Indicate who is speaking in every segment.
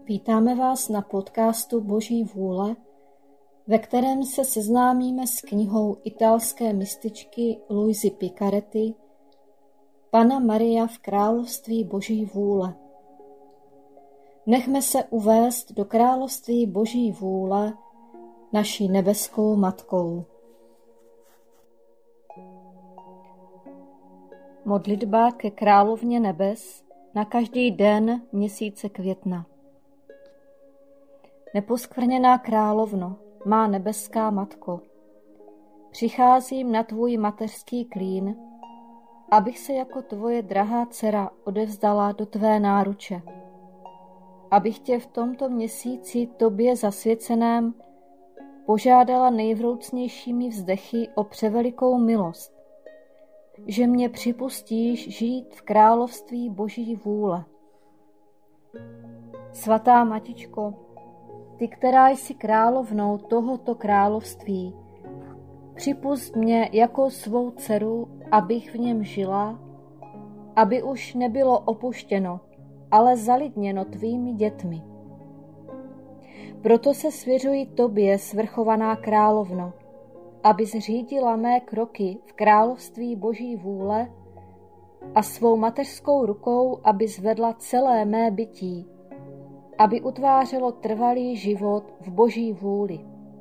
Speaker 1: Vítáme vás na podcastu Boží vůle, ve kterém se seznámíme s knihou italské mističky Luisy Picaretti Panna Maria v království Boží vůle. Nechme se uvést do království Boží vůle naší nebeskou matkou. Modlitba ke královně nebes na každý den měsíce května. Neposkvrněná královno, má nebeská matko, přicházím na tvůj mateřský klín, abych se jako tvoje drahá dcera odevzdala do tvé náruče, abych tě v tomto měsíci tobě zasvěceném požádala nejvroucnějšími vzdechy o převelikou milost, že mě připustíš žít v království Boží vůle. Svatá Matičko, ty, která jsi královnou tohoto království, připusť mě jako svou dceru, abych v něm žila, aby už nebylo opuštěno, ale zalidněno tvými dětmi. Proto se svěřuji tobě, svrchovaná královno, abys řídila mé kroky v království Boží vůle a svou mateřskou rukou abys vedla celé mé bytí, aby utvářelo trvalý život v Boží vůli.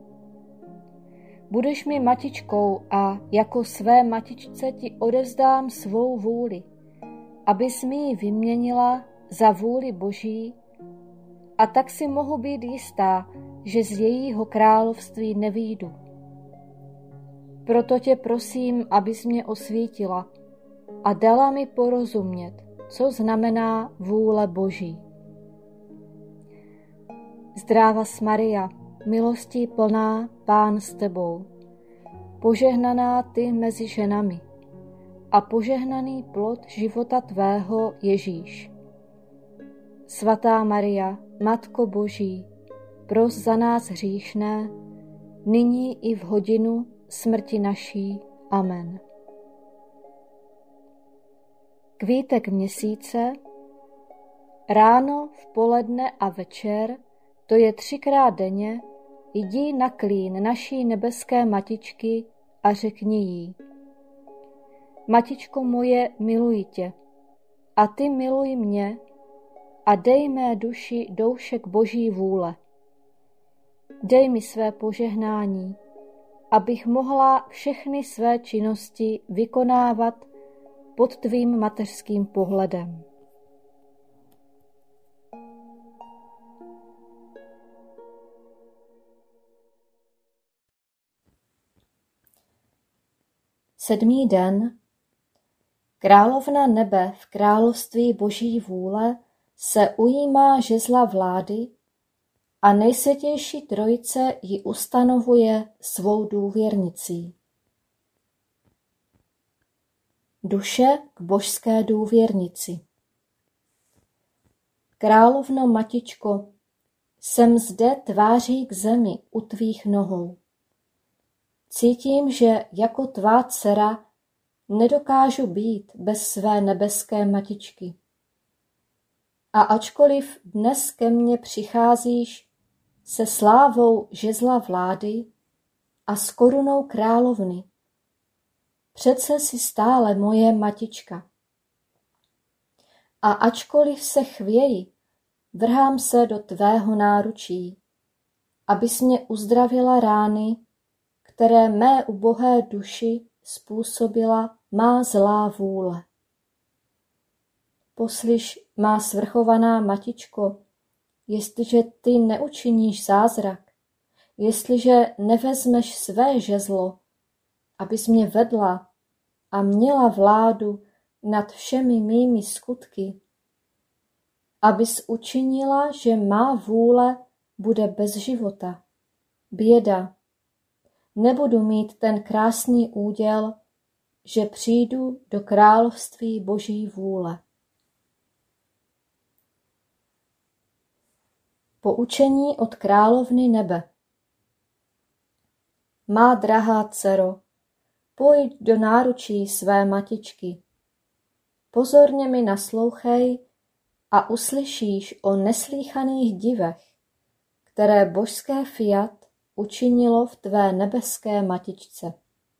Speaker 1: Budeš mi matičkou a jako své matičce ti odevzdám svou vůli, abys mi ji vyměnila za vůli Boží, a tak si mohu být jistá, že z jejího království nevyjdu. Proto tě prosím, abys mě osvítila a dala mi porozumět, co znamená vůle Boží. Zdrávas Maria, milostí plná, Pán s tebou, požehnaná ty mezi ženami a požehnaný plod života tvého Ježíš. Svatá Maria, Matko Boží, pros za nás hříšné, nyní i v hodinu smrti naší. Amen. Kvítek měsíce, ráno, v poledne a večer, to je 3krát denně, jdi na klín naší nebeské matičky a řekni jí: Matičko moje, miluji tě, a ty miluj mě, a dej mé duši doušek Boží vůle. Dej mi své požehnání, abych mohla všechny své činnosti vykonávat pod tvým mateřským pohledem. Sedmý den. Královna nebe v království Boží vůle se ujímá žezla vlády a nejsvětější trojice ji ustanovuje svou důvěrnicí. Duše k božské důvěrnici. Královno Matičko, jsem zde tváří k zemi u tvých nohou. Cítím, že jako tvá dcera nedokážu být bez své nebeské matičky. A ačkoliv dnes ke mně přicházíš se slávou žezla vlády a s korunou královny, přece si stále moje matička. A ačkoliv se chvěji, vrhám se do tvého náručí, abys mě uzdravila rány, které mé ubohé duši způsobila má zlá vůle. Poslyš, má svrchovaná matičko, jestliže ty neučiníš zázrak, jestliže nevezmeš své žezlo, abys mě vedla a měla vládu nad všemi mými skutky, abys učinila, že má vůle bude bez života, běda, nebudu mít ten krásný úděl, že přijdu do království Boží vůle. Poučení od královny nebe. Má drahá dcero, pojď do náručí své matičky. Pozorně mi naslouchej a uslyšíš o neslýchaných divech, které božské fiat učinilo v tvé nebeské matičce.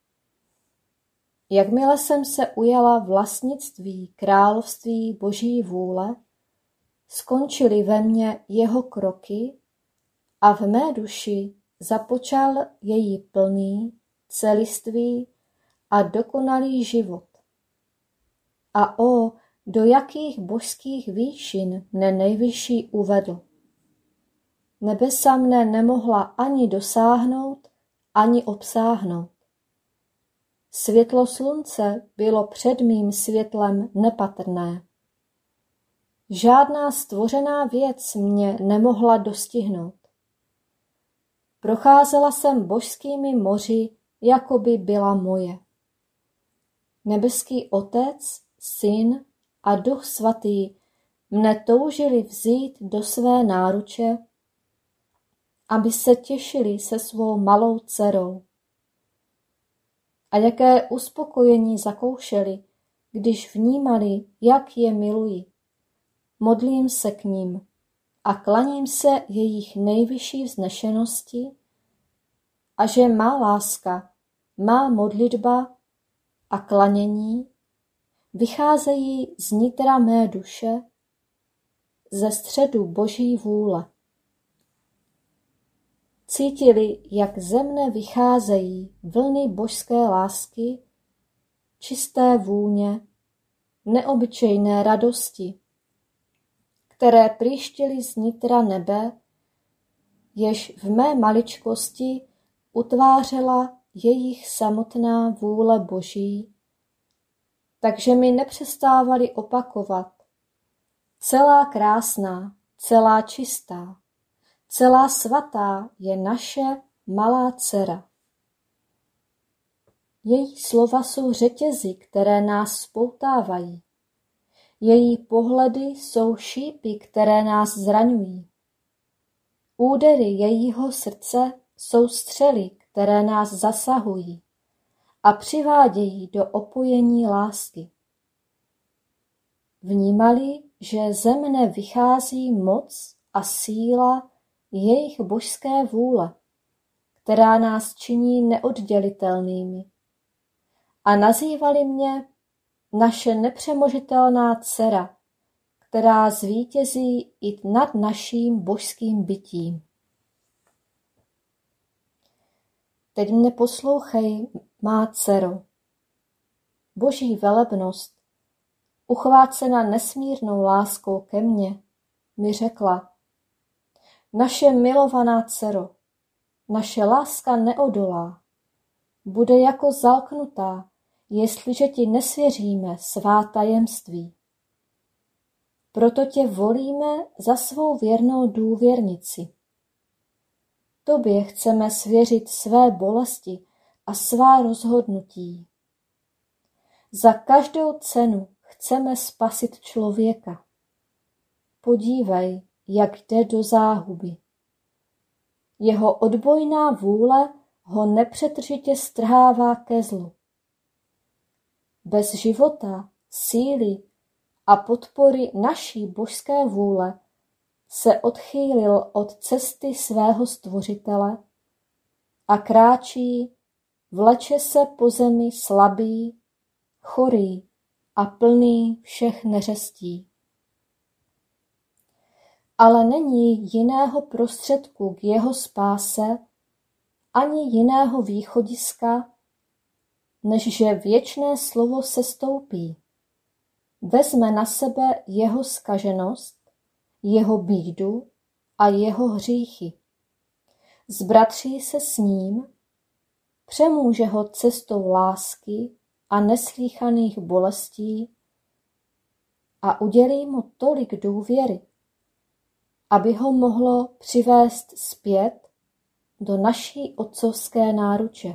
Speaker 1: Jakmile jsem se ujala vlastnictví království Boží vůle, skončily ve mně jeho kroky a v mé duši započal její plný, celistvý a dokonalý život. A do jakých božských výšin mne nejvyšší uvedl. Nebesa mne nemohla ani dosáhnout, ani obsáhnout. Světlo slunce bylo před mým světlem nepatrné. Žádná stvořená věc mě nemohla dostihnout. Procházela jsem božskými moři, jako by byla moje. Nebeský Otec, Syn a Duch Svatý mne toužili vzít do své náruče, aby se těšili se svou malou dcerou. A jaké uspokojení zakoušeli, když vnímali, jak je miluji. Modlím se k nim a klaním se jejich nejvyšší vznešenosti a že má láska, má modlitba a klanění vycházejí z nitra mé duše, ze středu Boží vůle. Cítili, jak ze mne vycházejí vlny božské lásky, čisté vůně, neobyčejné radosti, které prýštily z nitra nebe, jež v mé maličkosti utvářela jejich samotná vůle Boží, takže mi nepřestávali opakovat: celá krásná, celá čistá, celá svatá je naše malá dcera. Její slova jsou řetězy, které nás spoutávají. Její pohledy jsou šípy, které nás zraňují. Údery jejího srdce jsou střely, které nás zasahují a přivádějí do opojení lásky. Vnímali, že ze mne vychází moc a síla jejich božské vůle, která nás činí neoddělitelnými. A nazývali mě naše nepřemožitelná dcera, která zvítězí i nad naším božským bytím. Teď mne poslouchej, má dcero. Boží velebnost, uchvácena nesmírnou láskou ke mně, mi řekla: naše milovaná dcero, naše láska neodolá, bude jako zalknutá, jestliže ti nesvěříme svá tajemství. Proto tě volíme za svou věrnou důvěrnici. Tobě chceme svěřit své bolesti a svá rozhodnutí. Za každou cenu chceme spasit člověka. Podívej, jak jde do záhuby. Jeho odbojná vůle ho nepřetržitě strhává ke zlu. Bez života, síly a podpory naší božské vůle se odchýlil od cesty svého stvořitele a kráčí, vleče se po zemi slabý, chorý a plný všech neřestí. Ale není jiného prostředku k jeho spáse ani jiného východiska, než že věčné slovo sestoupí, vezme na sebe jeho zkaženost, jeho bídu a jeho hříchy. Zbratří se s ním, přemůže ho cestou lásky a neslýchaných bolestí a udělí mu tolik důvěry, aby ho mohlo přivést zpět do naší otcovské náruče.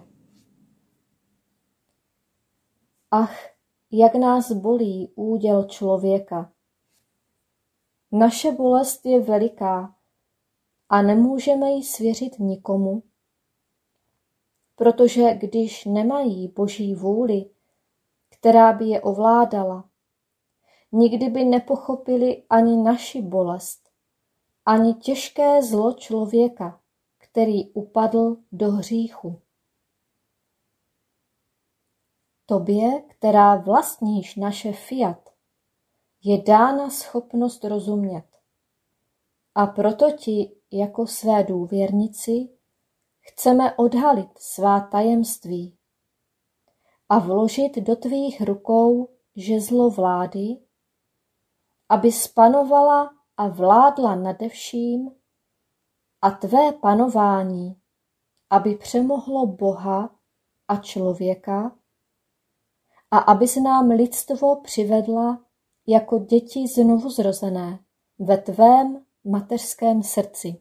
Speaker 1: Ach, jak nás bolí úděl člověka. Naše bolest je veliká a nemůžeme ji svěřit nikomu, protože když nemají Boží vůli, která by je ovládala, nikdy by nepochopili ani naši bolest, ani těžké zlo člověka, který upadl do hříchu. Tobě, která vlastníš naše fiat, je dána schopnost rozumět. A proto ti, jako své důvěrnici, chceme odhalit svá tajemství a vložit do tvých rukou žezlo vlády, aby panovala a vládla nade vším, a tvé panování, aby přemohlo Boha a člověka, a abys nám lidstvo přivedla jako děti znovuzrozené ve tvém mateřském srdci.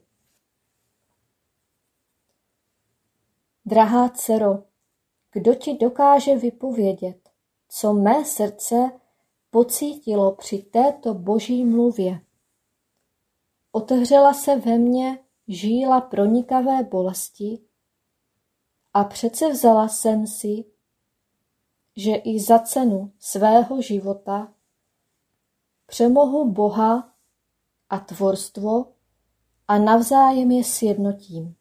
Speaker 1: Drahá dcero, kdo ti dokáže vypovědět, co mé srdce pocítilo při této boží mluvě? Otevřela se ve mně žíla pronikavé bolesti a předsevzala jsem si, že i za cenu svého života přemohu Boha a tvorstvo a navzájem je sjednotím.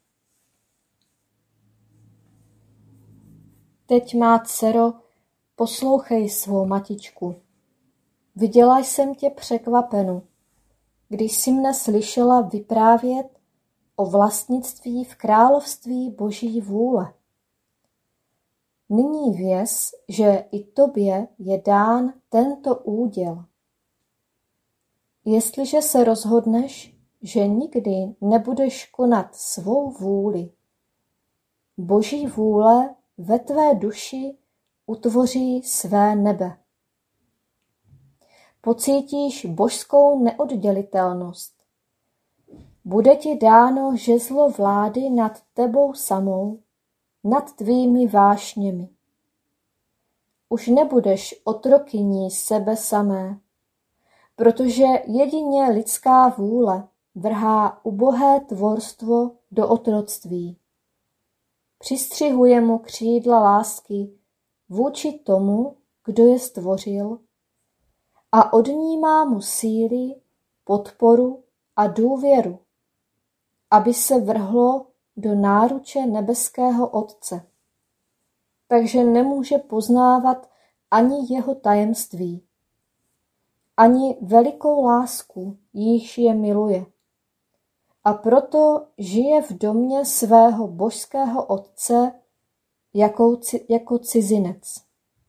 Speaker 1: Teď, má dcero, poslouchej svou matičku. Viděla jsem tě překvapenu, když jsi mne slyšela vyprávět o vlastnictví v království Boží vůle. Nyní věz, že i tobě je dán tento úděl. Jestliže se rozhodneš, že nikdy nebudeš konat svou vůli, Boží vůle ve tvé duši utvoří své nebe. Pocítíš božskou neoddělitelnost. Bude ti dáno žezlo vlády nad tebou samou, nad tvými vášněmi. Už nebudeš otrokyní sebe samé, protože jedině lidská vůle vrhá ubohé tvorstvo do otroctví. Přistřihuje mu křídla lásky vůči tomu, kdo je stvořil, a odnímá mu síly, podporu a důvěru, aby se vrhlo do náruče nebeského Otce. Takže nemůže poznávat ani jeho tajemství, ani velikou lásku, jíž je miluje. A proto žije v domě svého božského Otce jako cizinec.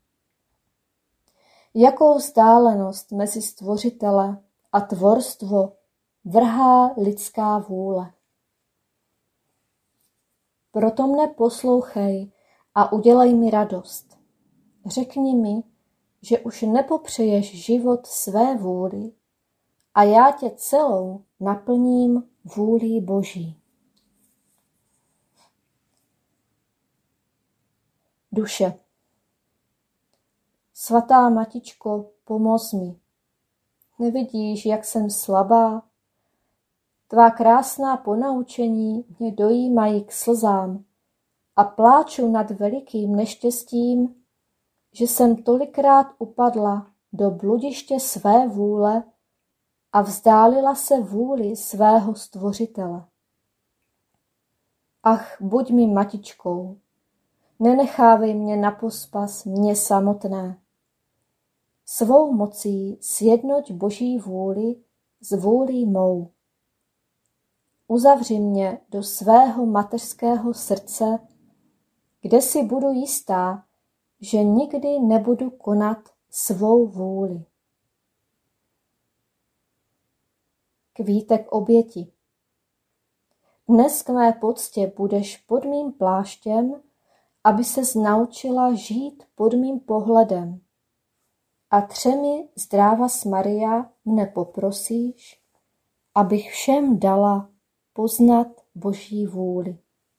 Speaker 1: Jakou vzdálenost mezi stvořitele a tvorstvo vrhá lidská vůle. Proto mne poslouchej a udělej mi radost. Řekni mi, že už nepopřeješ život své vůli a já tě celou naplním vůlí Boží. Duše. Svatá matičko, pomoz mi. Nevidíš, jak jsem slabá? Tvá krásná ponaučení mě dojímají k slzám a pláču nad velikým neštěstím, že jsem tolikrát upadla do bludiště své vůle a vzdálila se vůli svého stvořitele. Ach, buď mi matičkou, nenechávej mě na pospas mě samotné. Svou mocí sjednoť Boží vůli s vůlí mou. Uzavři mě do svého mateřského srdce, kde si budu jistá, že nikdy nebudu konat svou vůli. Kvítek oběti. Dnes k mé poctě budeš pod mým pláštěm, aby ses naučila žít pod mým pohledem. A třemi zdrávas Maria mne poprosíš, abych všem dala poznat Boží vůli.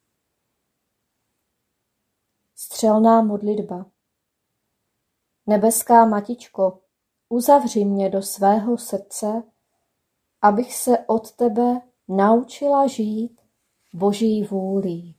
Speaker 1: Střelná modlitba. Nebeská matičko, uzavři mě do svého srdce, abych se od tebe naučila žít Boží vůlí.